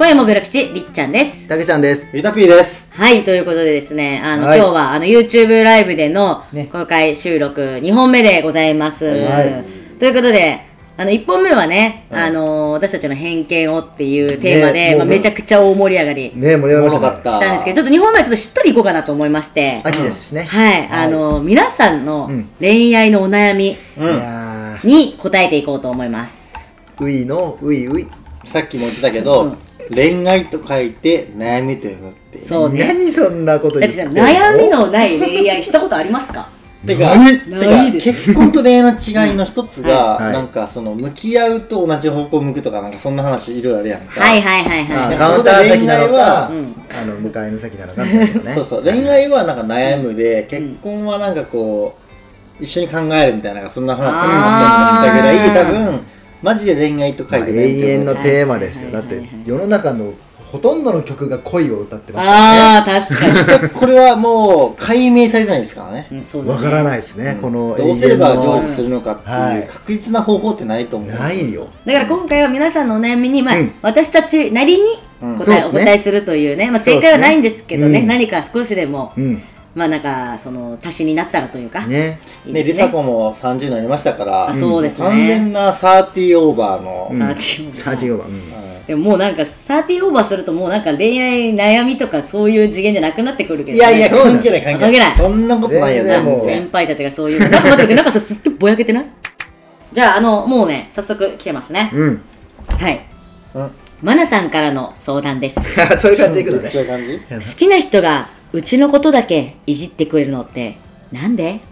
今夜もベロ吉りっちゃんです。 たけちゃんです。 ゆたぴーです。 はい、ということでですね、 はい、 今日はYouTube ライブでの公開収録2本目でございます。 はい、 ということで、1本目はね、私たちの偏見をっていうテーマで、めちゃくちゃ大盛り上がり、 ね、盛り上がりましたね。 したんですけど、ちょっと2本目はちょっとしっとりいこうかなと思いまして、 秋ですしね。 はい、皆さんの恋愛のお悩みに答えていこうと思います。 ういのういうい。 さっきも言ってたけど、恋愛と書いて悩みと読むっていう。 そうね。 何そんなこと言ってんの。 悩みのない恋愛したことありますか？ てか結婚と恋愛の違いの一つが、なんかその向き合うと同じ方向を向くとか、なんかそんな話いろいろあるやんか。 はいはいはいはい。 カウンター席なのか、向かいの席なのかみたいなね。 そうそう、恋愛はなんか悩むで、結婚はなんかこう一緒に考えるみたいな、そんな話あったりもしたぐらい、多分マジで恋愛と書いて永遠のテーマですよ。だって世の中のほとんどの曲が恋を歌ってますからね。 ああ、確かに。 これはもう解明されてないですからね。 わからないですね。このどうすれば成就するのかっていう確実な方法ってないと思う。 ないよ。 だから今回は皆さんのお悩みに、私たちなりにお答えするというね、正解はないんですけどね、何か少しでも。なんかその足しになったらというかね。りさこも30になりましたから、 そうですね。 完全な30オーバーの 30オーバー。 でももうなんか30オーバーするともうなんか恋愛悩みとかそういう次元じゃなくなってくるけど、 いやいや関係ない関係ない。そんなことないよね。先輩たちがそういうなんか待ってなんかさすっげえぼやけてない？じゃあもうね早速来てますね。はい。マナさんからの相談です。 そういう感じでいくのね。 そういう感じ？ 好きな人がうちのことだけいじってくれるのってなんで？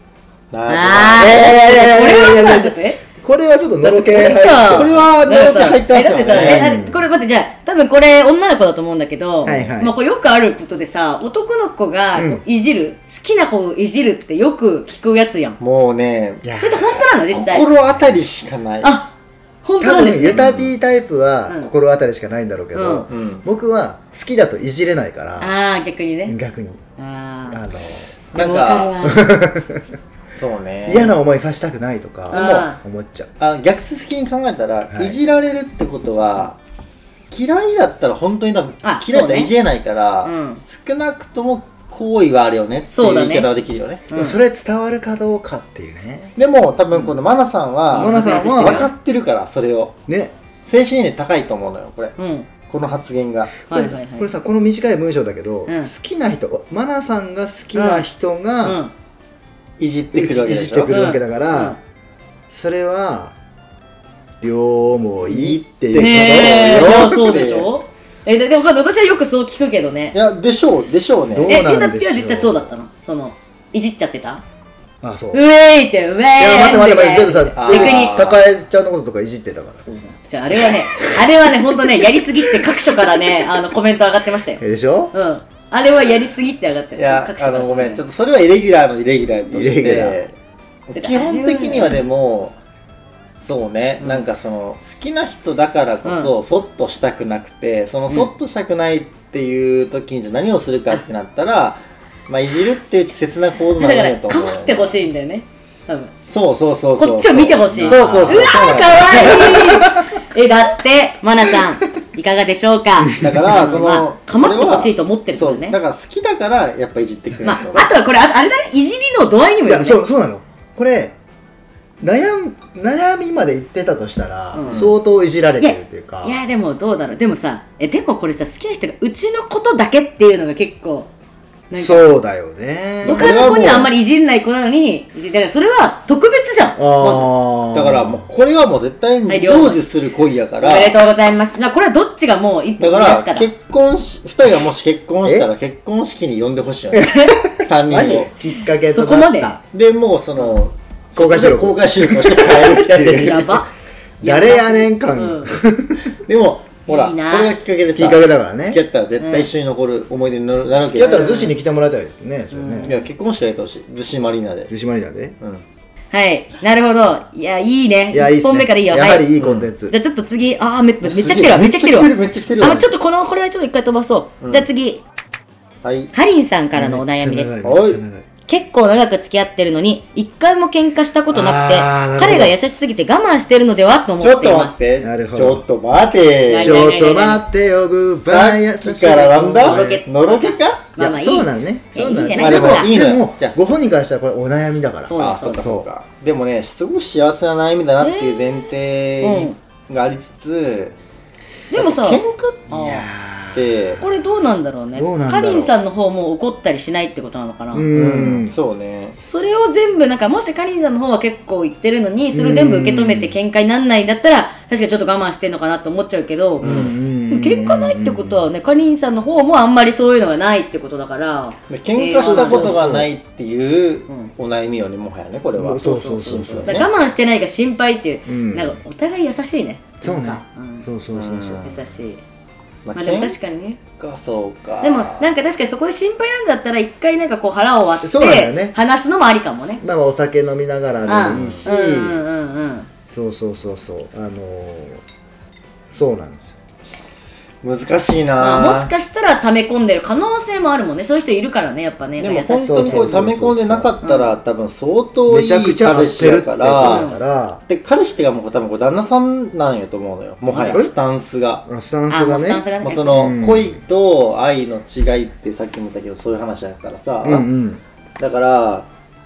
これはちょっとのろけ入ってる。 これはのろけ入ってますよね。 これ待って、じゃあ多分これ女の子だと思うんだけど、これよくあることでさ、男の子がいじる、好きな子をいじるってよく聞くやつやん。 もうね、 それって本当なの実際？ 心当たりしかない。 あ、本当なんですね。 ユタピータイプは心当たりしかないんだろうけど、僕は好きだといじれないから。 ああ、逆にね。 逆に。 なんかそうね、 嫌な思いさせたくないとか思っちゃう。 逆説的に考えたら、いじられるってことは嫌いだったら本当に多分嫌いだったらいじれないから、少なくとも好意はあるよねっていう言い方はできるよね。 それ伝わるかどうかっていうね。 でも多分このマナさんは分かってるから、それをね、精神年齢高いと思うのよこれ。この発言がこれさ、この短い文章だけど、好きな人、マナさんが好きな人がいじってくるわけでしょ。 いじってくるわけだから、それは両もいいっていうことね。そうでしょ。でも私はよくそう聞くけどね。 いや、でしょうね。 ゆたぴは実際そうだったの？そのいじっちゃってた？ あ、そう。 ウェイってウェイ。いや待ってだってさ、逆に高江ちゃんのこととかいじってたから。 じゃああれはね本当ねやりすぎって各所からねコメント上がってましたよ。 でしょ？ あれはやりすぎって上がってる。 いや、ごめん、ちょっとそれはイレギュラーのイレギュラーとして基本的にはでもそうね、なんかその好きな人だからこそそっとしたくなくて、そのそっとしたくないっていう時にじゃ何をするかってなったら、いじるっていう稚拙な行動なんだと思う。 だから構ってほしいんだよね多分。 そうこっちを見てほしい。 そううわーかわいい。だってマナさんいかがでしょうか。 だからこの構ってほしいと思ってるからね。 だから好きだからやっぱいじってくれる。 あとはこれあれだね、いじりの度合いにもよるね。 そうなの。これ悩みまで言ってたとしたら、相当いじられてるっていうか。 いやでもどうだろう。でもさ、でもこれさ、好きな人がうちのことだけっていうのが結構そうだよね。 他の子にはあんまりいじんない子なのに、だからそれは特別じゃん。 だからもうこれはもう絶対に成就する恋やから。 おめでとうございます。これはどっちがもう一歩だから2人がもし結婚したら結婚式に呼んでほしいよね。3人をきっかけとなった。そこまででもうその公開収録して帰るっていう。 やば。 誰やねん感。 でもほら、これがきっかけでさ、 きっかけだからね。 付き合ったら絶対一緒に残る思い出になるわけ。 付き合ったら逗子に来てもらいたいですね。 いや、結婚式やってほしい。逗子マリーナで。 逗子マリーナで。 はい、なるほど。いや、いいね。1本目からいいよ。 やはりいいコンテンツ。 じゃあちょっと次、めっちゃ来てるわ。めっちゃ来てるわ。ちょっとこれはちょっと一回飛ばそう。じゃあ次。かりんさんからのお悩みです。 結構長く付き合ってるのに一回も喧嘩したことなくてなるほど彼が優しすぎて我慢してるのではと思っています。 ちょっと待って。 なるほどちょっと待て。 ちょっと待ってよ、グッさバイっきからなんだのろけのろけかまあまあいいそうなんね。そうなんね。 いいじゃないですかでも、 いいのよじゃあご本人からしたらこれお悩みだから。 そうあ、そうかそうか。でもね、すごく幸せな悩みだなっていう前提がありつつ、 でもさ喧嘩いやってこれどうなんだろうね。 どうなんだろうかりんさんの方も怒ったりしないってことなのかな。 ー。 そうね。 それを全部なんかもしかりんさんの方は結構言ってるのにそれを全部受け止めて喧嘩になんないんだったら確かにちょっと我慢してんのかなと思っちゃうけど、喧嘩ないってことはねかりんさんの方もあんまりそういうのがないってことだから喧嘩したことがないっていうお悩みよね、もはやねこれは。 そうそうだから我慢してないが心配っていう、 うんなんかお互い優しいね。 そうねなんかそうそうそうそう。 優しい。 ままあでも確かにね。 そうか。 でもなんか確かにそこで心配なんだったら一回なんかこう腹を割っそうなんだよねて話すのもありかもね。 まあお酒飲みながらでもいいし、 うんそうそうそうそう、そうなんですよ。 難しいな、 まあ、もしかしたら溜め込んでる可能性もあるもんね。そういう人いるからねやっぱね。 でも優しく本当にこれ溜め込んでなかったら多分相当いいめちゃくちゃ合彼氏ってるってことだから、 だからで彼氏ってかもう多分これ旦那さんなんやと思うのよ、もはやスタンスが。 スタンスあもがうスタンスがねね。 もうその、 うん恋と愛の違いってさっきも言ったけどそういう話だからさ、 うんうん。 だから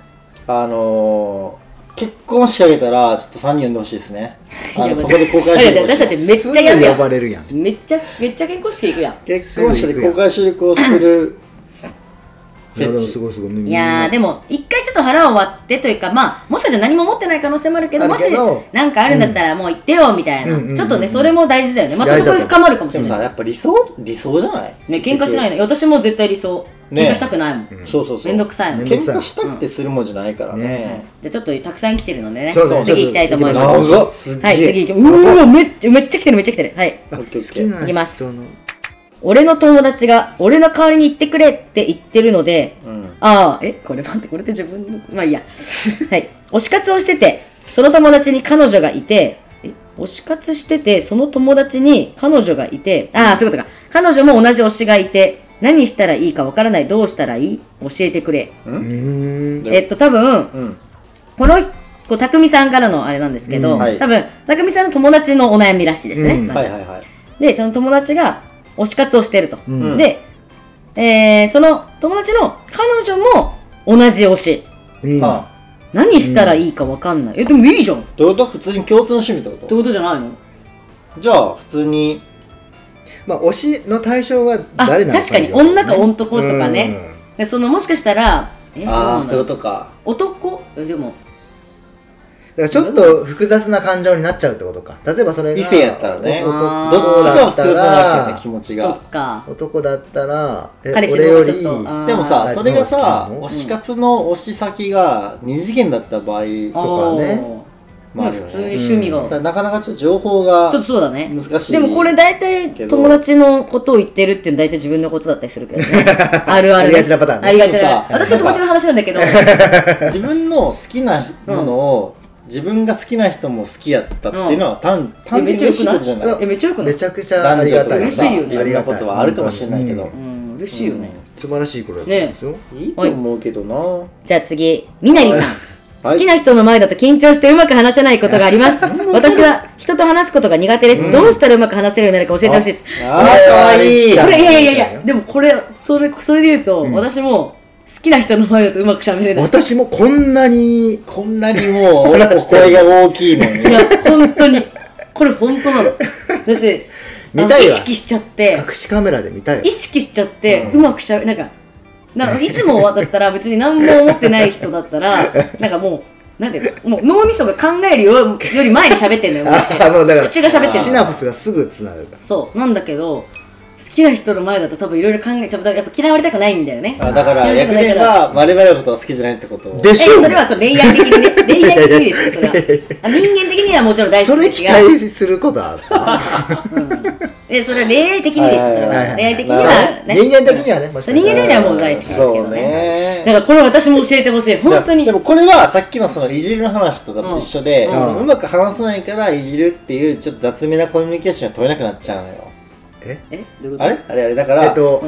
結婚式あげたらちょっと3人呼んでほしいですね。そこで公開それで収録私たちめっちゃやるすぐやん。 呼ばれるやん。 めっちゃ健康式行くやん。 結婚式で公開収録をするフいやでもェチすごいすごい。 いやーでも一回ちょっと腹を割ってというかまあもしかしたら何も持ってない可能性もあるけどあるもしけどなんかあるんだったらもう言ってよみたいな、 うんうんうんちょっとねそれも大事だよね。またそこで深まるかもしれないでもさやっぱ理想じゃないね。喧嘩しないの。私も絶対理想。 ね喧嘩したくないもん。 そうそうそうめんどくさいもん。 喧めんどくさい嘩したくてするもんじゃないからね、 ねじゃあちょっとたくさん来てるのでねそうそう次行きたいと思います。 どうぞすっげえはい次行きうーわめっちゃ来てるめっちゃ来てる。はいオッケーオッケー好きな行きます人の俺の友達が俺の代わりに言ってくれって言ってるので、 うんああこれ待ってこれって自分のまあいいやはい推し活をしててその友達に彼女がいて推し活しててその友達に彼女がいてそういうことか。彼女も同じ推しがいて何したらいいかわからない。どうしたらいい教えてくれ。 うーん。 多分うんこのたくみさんからのあれなんですけど、 はい多分たくみさんの友達のお悩みらしいですね、 うんまずはいはいはいでその友達が推し活をしてると、 んで、その友達の彼女も同じ推し。 うんはあ何したらいいか分かんない。でもいいじゃんってどういうこと？普通に共通の趣味ってこと？ ことじゃないの？ じゃあ普通にまあ推しの対象があ誰なのか確かに女か男とかね、でそのもしかしたらどうなんだろうそういうことか。 男でもだからちょっと複雑な感情になっちゃうってことか。例えばそれが異性やったらね男あーどっちが複雑なわけよね、気だっ持ちそっが。 か。 男だったら彼氏俺よりの方がちょっとあーでもさ、それがさ、 あいつの方が好きなの推し活の推し先が二次元だった場合とかねあーまああるよね普通に趣味が、 だからなかなかちょっと情報がちょっとそうだね。 難しいでもこれ大体けど友達のことを言ってるっていうのは大体自分のことだったりするけどね。あるある、 ありがちなパターンねありがちな。 でもさ私の友達の話なんだけど。 自分の好きなものを、自分が好きな人も好きやったっていうのは単純に嬉しいことじゃない。 めっちゃよくないめちゃくちゃありがたい嬉しいよねいろんなことはあるかもしれないけど、 うん、嬉しいよね。 素晴らしいことだと思うんですよ、 いいと思うけどな。 じゃあ次、みなりさん。 はい好きな人の前だと緊張してうまく話せないことがあります。私は人と話すことが苦手です。どうしたらうまく話せるようになるか教えてほしいです。 あーかわいい。 これ、いやいやいいや、でもこれ、それで言うと、私も好きな人の前だとうまく喋れない。 私もこんなにこんなにもうお声が大きいのに。 いや、本当に。これ本当なの。私、 見たいわ意識しちゃって、 隠しカメラで見たい意識しちゃって、うまくなんかいつもだったら別に何も思ってない人だったら、なんかもう、なんていうの、もう脳みそが考えるより前に喋ってんのよ、私。 もうだから口が喋ってんの。 シナプスがすぐつながるからそう、なんだけど、好きな人の前だと多分いろいろ考えちゃう。やっぱ嫌われたくないんだよね。 あだから嫌われたくない逆に言えば我々のことは好きじゃないってことでしょそれは恋愛的にね。恋愛的にですよ、それは。人間的にはもちろん大好きですが。 それ期待することあったそれは恋愛的にです、それは。恋愛的にはね。 人間的にはねもしかしたら人間的にはもう大好きですけそうどね。 ね。 だからこれ私も教えてほしい。本当に。 でもこれはさっきのそのいじるの話と多分一緒で、 うんそのうまく話せないからいじるっていうちょっと雑めなコミュニケーションが取れなくなっちゃうのよ。 えどういうこと？ あれだから、 うん。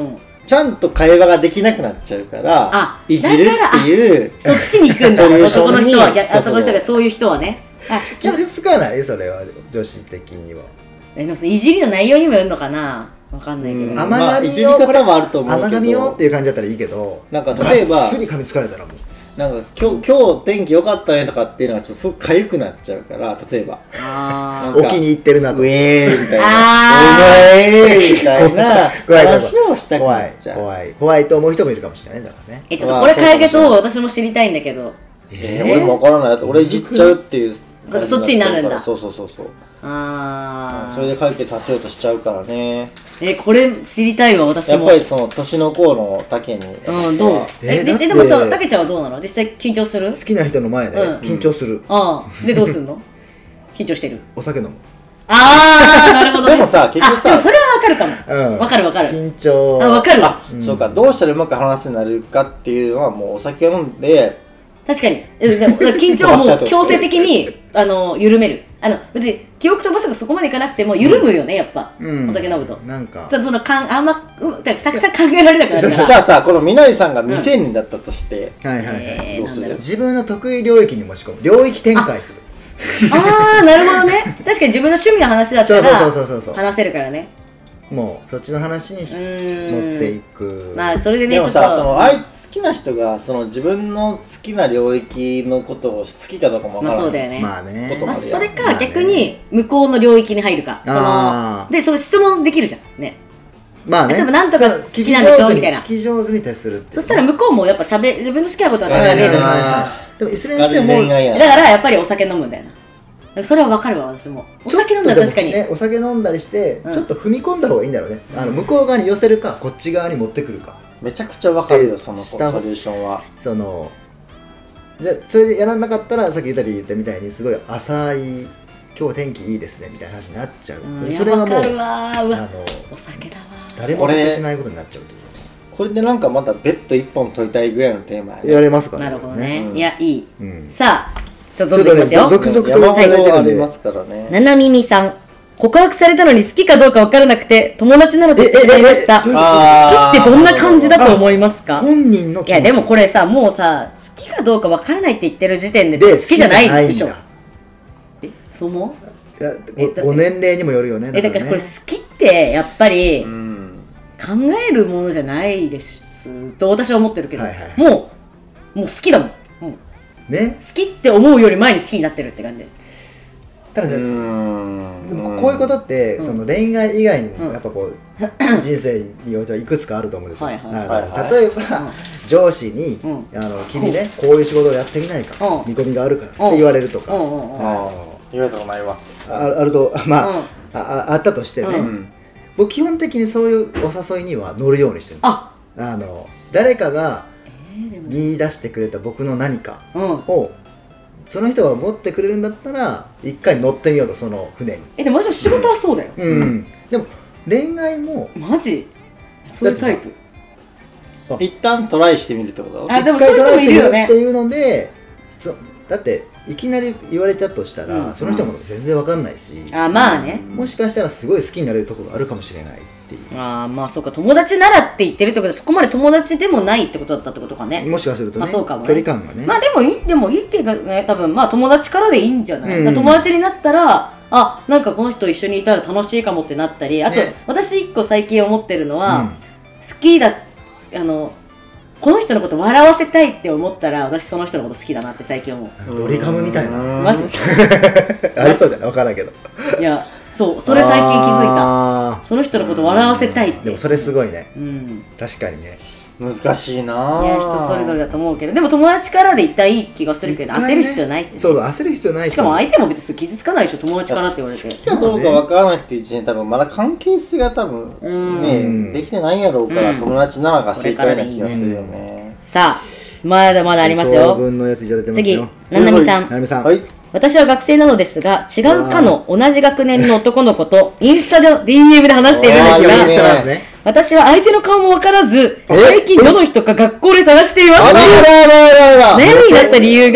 ちゃんと会話ができなくなっちゃうからいじるっていうそっちに行くんだ。 ソリューションに男の人は男の人がそういう人はね。 傷つかないそれは女子的には。 でもいじりの内容にもよるのかな、わかんないけど。 甘まあいじり方もあると思うけど、 甘噛みよっていう感じだったらいいけど、 なんか例えばがっつり噛みつかれたらもうなんか今日天気良かったねとかっていうのがちょっとすごく痒くなっちゃうから、例えばあ置きに行ってるなと、 ウェーみたいな、 あウェーみたいな怖い話をしたくなっちゃう。 怖いと思う人もいるかもしれないだからね。 ちょっとこれ解決方法私も知りたいんだけど。 俺も分からない。だって俺いじっちゃうっていうそっちになるんだ。 そうそれで解決させようとしちゃうからね。 これ知りたいわ私も。 やっぱりその年の子の竹にどうでもさ、竹ちゃんはどうなの？実際緊張する？ 好きな人の前で緊張する。 でどうすんの？緊張してる？ お酒飲む。 なるほどね。 でもさ、結局さ、 でもそれはわかるかも。わかる緊張。 わかるわ。 そうか、どうしたらうまく話せになるかっていうのはもうお酒を飲んで。 確かに。でも緊張をもう強制的に緩める。別に記憶飛ばすがそこまでいかなくても緩むよね、やっぱ。お酒飲むと。 なんかたくさん考えられなくなるから。 じゃあさ、このみなりさんが未成年だったとして、 どうする？ 自分の得意領域に持ち込む。領域展開する。 なるほどね。確かに自分の趣味の話だったら話せるからね。 もうそっちの話に持っていく。 まあそれでね。 でもさ、好きな人がその自分の好きな領域のことを好きかどうかも分からない。 そうだよね。 まあね。 それか逆に向こうの領域に入るか。でその質問できるじゃんね。 まあね。 なんとか好きなんでしょみたいな。 聞き上手に対するって。 そしたら向こうもやっぱ自分の好きなことは喋る。 でもいずれにしてもだからやっぱりお酒飲むんだよな。それは分かるわ、私も。お酒飲んだら確かに。 お酒飲んだりしてちょっと踏み込んだ方がいいんだろうね。向こう側に寄せるかこっち側に持ってくるか。 めちゃくちゃ分かるよ、そのソリューションは。 じゃそれでやらなかったらさっき言ったみたいにすごい浅い今日天気いいですねみたいな話になっちゃう。それはもうお酒だわ。 誰も得しないことになっちゃうという。 これでなんかまたベッド1本取りたいぐらいのテーマやれますからね。なるほどね。いやいい。さあちょっとどんどんいきますよ。続々と山ほどありますからね。 ななみみさん、告白されたのに好きかどうか分からなくて友達なのと言ってしまいました。好きってどんな感じだと思いますか？ 本人の気持ち。 いやでもこれさ、もうさ、好きかどうか分からないって言ってる時点で好きじゃないでしょ。そう思う？ ご年齢にもよるよね。 だからこれ好きってやっぱり考えるものじゃないですと私は思ってるけど、もう好きだもん。 ね、 好きって思うより前に好きになってるって感じで。 ただね、でもこういうことってその恋愛以外にもやっぱこう人生においてはいくつかあると思うんですよ。例えば上司に君ねこういう仕事をやってみないか、見込みがあるからって言われるとか、 言われたことないわ。 あるとあったとしてね、僕基本的にそういうお誘いには乗るようにしてるんですよ。誰かが見出してくれた僕の何かをその人が持ってくれるんだったら一回乗ってみようと、その船に。 でも私も仕事はそうだよ。 でも恋愛もマジそういうタイプ。 一旦トライしてみるってこと？ でもそういう人もいるよねっていうので、だっていきなり言われたとしたらその人も全然わかんないし、 まあね、 もしかしたらすごい好きになれるところがあるかもしれないっていう。 まあそうか、友達ならって言ってるってことでそこまで友達でもないってことだったってことかね。 もしかするとね、 そうかもね、 距離感がね。 でもいいっていうかね、多分友達からでいいんじゃない？友達になったらなんかこの人一緒にいたら楽しいかもってなったり、あと、私一個最近思ってるのは、好きだこの人のこと笑わせたいって思ったら私その人のこと好きだなって最近思う。 ドリカムみたいな。 マジありそうじゃない？分からんけど。 いやそれ最近気づいた。その人のこと笑わせたいって。 でもそれすごいね。確かにね。 難しいな。 いや人それぞれだと思うけど、でも友達からでいったらいい気がするけど、焦る必要ないっすね。 そう焦る必要ないしかも相手も別に傷つかないでしょ、友達からって言われて。 好きかどうか分からないっていう時点で多分まだ関係性が多分ねできてないんやろうから、友達なのが正解な気がするよね。 さあまだまだありますよ。 長文のやついただいてますよ。 次、ななみさん。 はい。 私は学生なのですが、違う科の同じ学年の男の子とインスタで DM で話しているんですが、私は相手の顔も分からず、最近どの人か学校で探しています。悩みになった理由が、好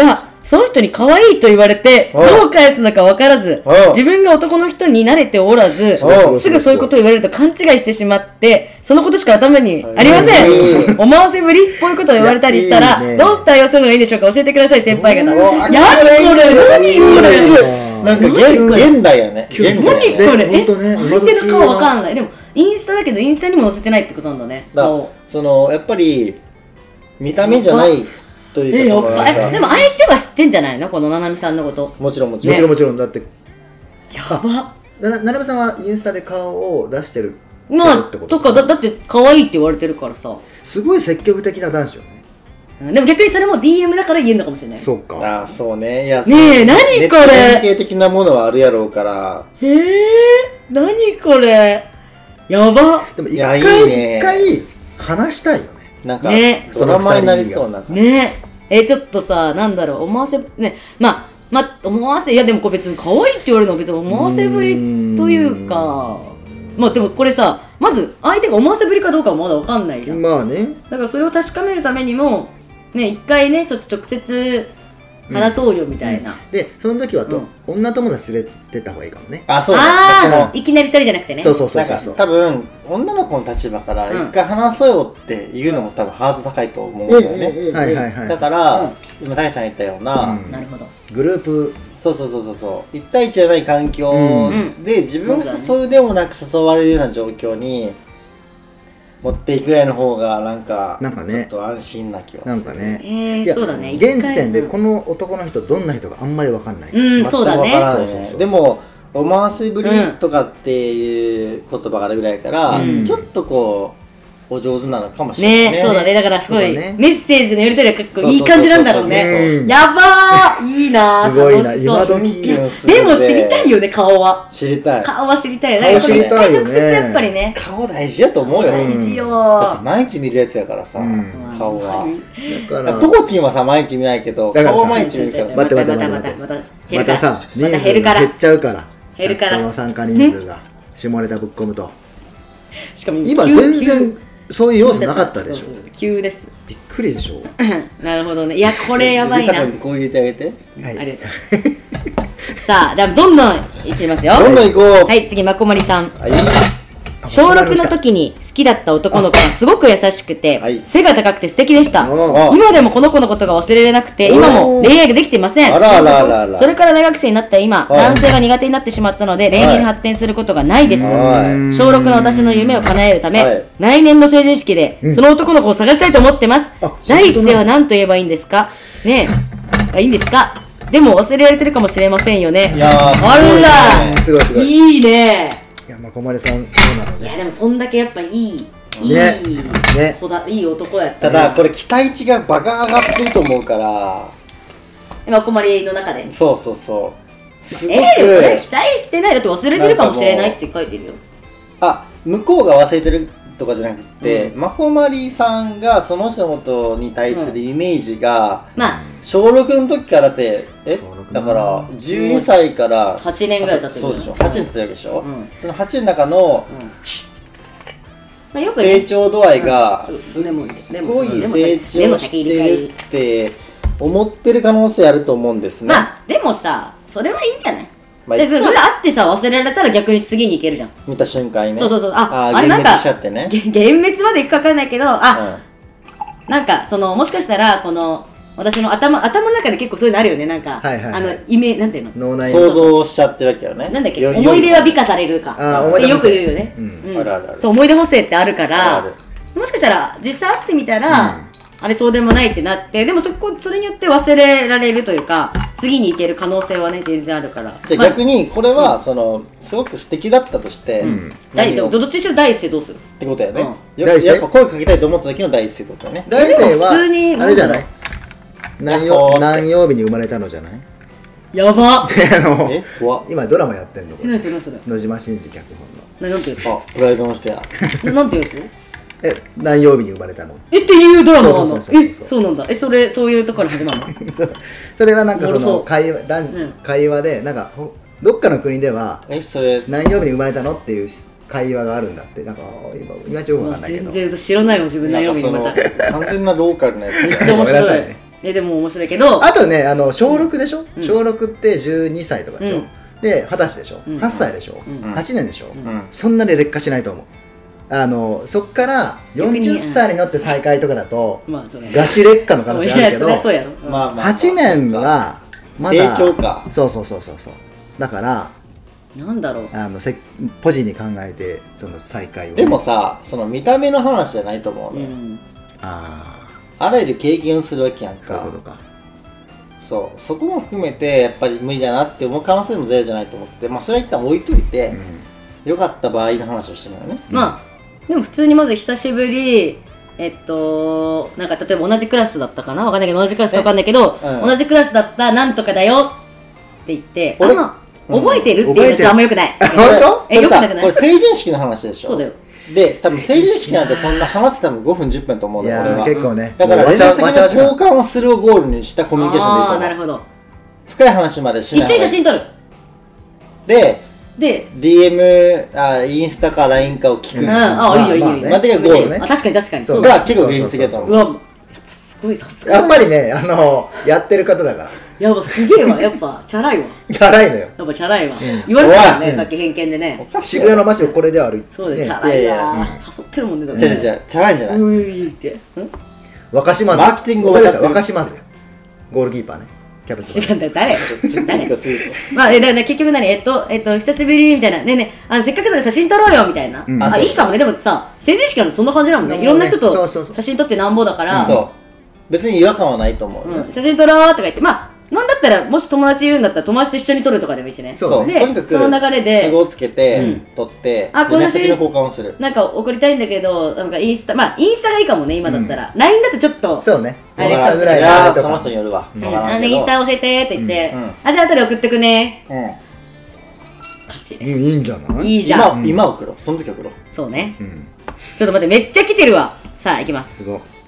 その人に可愛いと言われてどう返すのか分からず、自分が男の人に慣れておらず、すぐそういうことを言われると勘違いしてしまって、そのことしか頭にありません。思わせぶりっぽいことを言われたりしたらどう対応するのがいいでしょうか、教えてください先輩方。何これ、何これ、 なんか現代やね。 何これ、相手の顔わかんない。でもインスタだけどインスタにも載せてないってことなんだね。 そのやっぱり見た目じゃないというか、 でも相手は知ってんじゃないの、このななみさんのこと。 もちろんもちろんだって。 やば。 ななみさんはインスタで顔を出してるとかだって可愛いって言われてるからさ。 すごい積極的な男子よね。 でも逆にそれも DM だから言えるのかもしれない。 そうか。 そうね。いや、 ねえ、何これ。 典型的なものはあるやろうから。 何これ。やば。 でも一回話したいよね。 なんかドラマになりそうなね。ちょっとさ、なんだろう、思わせね、思わせ、いやでもこれ別に可愛いって言われるのは別に思わせぶりというか、でもこれさ、まず相手が思わせぶりかどうかはまだ分かんないじゃん。 まあね。 だからそれを確かめるためにもね、一回ねちょっと直接話そうよみたいな。 でその時は女友達連れてった方がいいかもね。 そうだ。いきなり2人じゃなくてね。 そう。 多分女の子の立場から一回話そうよっていうのも多分ハード高いと思うんだよね。だから今たけちゃんが言ったような、 なるほど、 グループ、 そう1対1じゃない環境で自分が誘うでもなく誘われるような状況に持っていくぐらいの方がなんかね、ちょっと安心な気はする。 なんかね、 そうだね。 現時点でこの男の人どんな人かあんまり分かんない。 そうだね。 でも思わせぶりとかっていう言葉があるぐらいから、ちょっとこうお上手なのかもしれないね。 そうだね。だからすごいメッセージのやり取りが結構いい感じなんだろうね。やばー、いいなー。 すごいな、今時。 でも知りたいよね、顔は。 知りたい。 顔は知りたいよね。顔知りたいよね。 直接やっぱりね。 顔大事やと思うよ。 大事よ。 だって毎日見るやつやからさ、顔は。だからポコチンはさ毎日見ないけど、顔は毎日見るから。 待ってまたさ、人数減っちゃうから。 減るから。 この参加人数が下ネタぶっ込むと。 しかも今全然そういう要素なかったでしょ。 急です。 びっくりでしょ。 なるほどね。いやこれやばいな。 こう入れてあげて。 ありがとう。さあ、じゃあどんどんいきますよ。 どんどん行こう。 はい、次まこまりさん。小6の時に好きだった男の子はすごく優しくて、背が高くて素敵でした。今でもこの子のことが忘れられなくて、今も恋愛ができていません。それから大学生になった今、男性が苦手になってしまったので恋愛に発展することがないです。小6の私の夢を叶えるため、来年の成人式でその男の子を探したいと思ってます。第一声は何と言えばいいんですかねえ、いいんですか。でも忘れられてるかもしれませんよね。あら、 すごいいいね。 いや、まこまりさん、そうなのね。 いや、でもそんだけやっぱいい男やった。 ただこれ期待値がバカ上がってると思うから、 まこまりの中で。 そうすごくでもそれ期待してない。だって忘れてるかもしれないって書いてるよ。 向こうが忘れてるとかじゃなくて、まこまりさんがその人のことに対するイメージが、小6の時からってだから12歳から 8年ぐらい経ってる。 そうでしょ。8年経ってるわけでしょ。その8年の中の成長度合いがすごい成長してるって思ってる可能性あると思うんですね。 でもさ、それはいいんじゃない。それであってさ、忘れられたら逆に次に行けるじゃん。 見た瞬間にね。 そうあれなんか幻滅までいくか分かんないけど、なんかそのもしかしたらこの私の頭の中で結構そういうのあるよね。なんかイメージなんていうの、 想像しちゃってるわけよね。 なんだっけ、思い出は美化されるかよく言うよね。そう、思い出補正ってあるから、もしかしたら実際会ってみたらあれそうでもないってなって、でもそれによって忘れられるというか次に行ける可能性はね全然あるから。 じゃあ逆にこれはそのすごく素敵だったとして、 どっちにしろ第一声どうするってことやね。やっぱ声かけたいと思った時の第一声ってことだね。 第一声はあれじゃない、何曜日に生まれたのじゃない。 やば今ドラマやってんの。 何それ野島真司脚本の。なんていうやつ。プライドの人や。 なんていうやつ。 何曜日に生まれたのっていうドラマなの。そうなんだ。そういうところ始まるの。 それはなんかその会話でなんかどっかの国では何曜日に生まれたのっていう会話があるんだって。なんか今ちょっと分かんないけど。 全然知らないもん自分何曜日に生まれた。 完全なローカルなやつ。 めっちゃ面白い。 でも面白いけど、 あとね小6でしょ、小6って12歳とかでしょ、で20歳でしょ、8歳でしょ、8年でしょ、そんなに劣化しないと思う。そっから40歳になって再開とかだとガチ劣化の可能性あるけど、8年はまだ成長か。 そうだからなんだろう、 ポジに考えてその再開を。 でもさ、その見た目の話じゃないと思うね、あらゆる経験をするわけやんか。 そういうことか。 そうそこも含めてやっぱり無理だなって思う可能性もゼロじゃないと思ってて、まあそれは一旦置いといて、良かった場合の話をしてるのよね。 まあでも普通にまず久しぶりなんか例えば同じクラスだったかな、わかんないけど同じクラスかわかんないけど、同じクラスだったなんとかだよって言って、覚えてるっていうのじゃあんまよくない。 本当？ よくなくない？これ成人式の話でしょ。 そうだよ。 で、多分成人式なんてそんな話せたの5分10分と思うのよ、俺は。 結構ね。 だから連絡先の交換をするをゴールにしたコミュニケーションでいいと思う。 なるほど。 深い話までしない。 一緒に写真撮る。 で、DM、インスタか LINE かを聞く。 いいよ。 までがゴールね。 確かに。 そうが結構現実的だと思う。 うわ、やっぱすごい、さすが。 やっぱりね、やってる方だから。 やば、すげえわ、やっぱ、チャラいわ。 チャラいのよ。 やっぱチャラいわ。言われてたよね、さっき偏見でね。 渋谷の街をこれで歩いて。 そうだよ、チャラいわ。誘ってるもんね、だって。 違う、チャラいんじゃない。 って。 若島津。 マーケティングを分かってる。 若島津。ゴールキーパーね。キャベツ。 知らんだよ、誰まあ、結局久しぶりみたいな。ねせっかくだから写真撮ろうよみたいな。いいかもね。でもさ、成人式なんてそんな感じなもんね。いろんな人と写真撮ってなんぼだから。 そう。別に違和感はないと思う。 写真撮ろうとか言って、まあ、なんだったら、もし友達いるんだったら友達と一緒に撮るとかでもいいしね。 そう。 で、その流れで。 都合つけて、撮って、 この写真の交換をする。 なんか送りたいんだけど、なんかインスタがいいかもね、今だったら。LINE だとちょっと。 そうね。 あれぐらいがその人によるわ。 インスタ教えてって言って、じゃあ後で送ってくね。勝ちです。 いいんじゃない？ いいじゃん。 今送ろう。その時送ろう。 そうね。ちょっと待って、めっちゃ来てるわ。さあ、行きます。 すごい。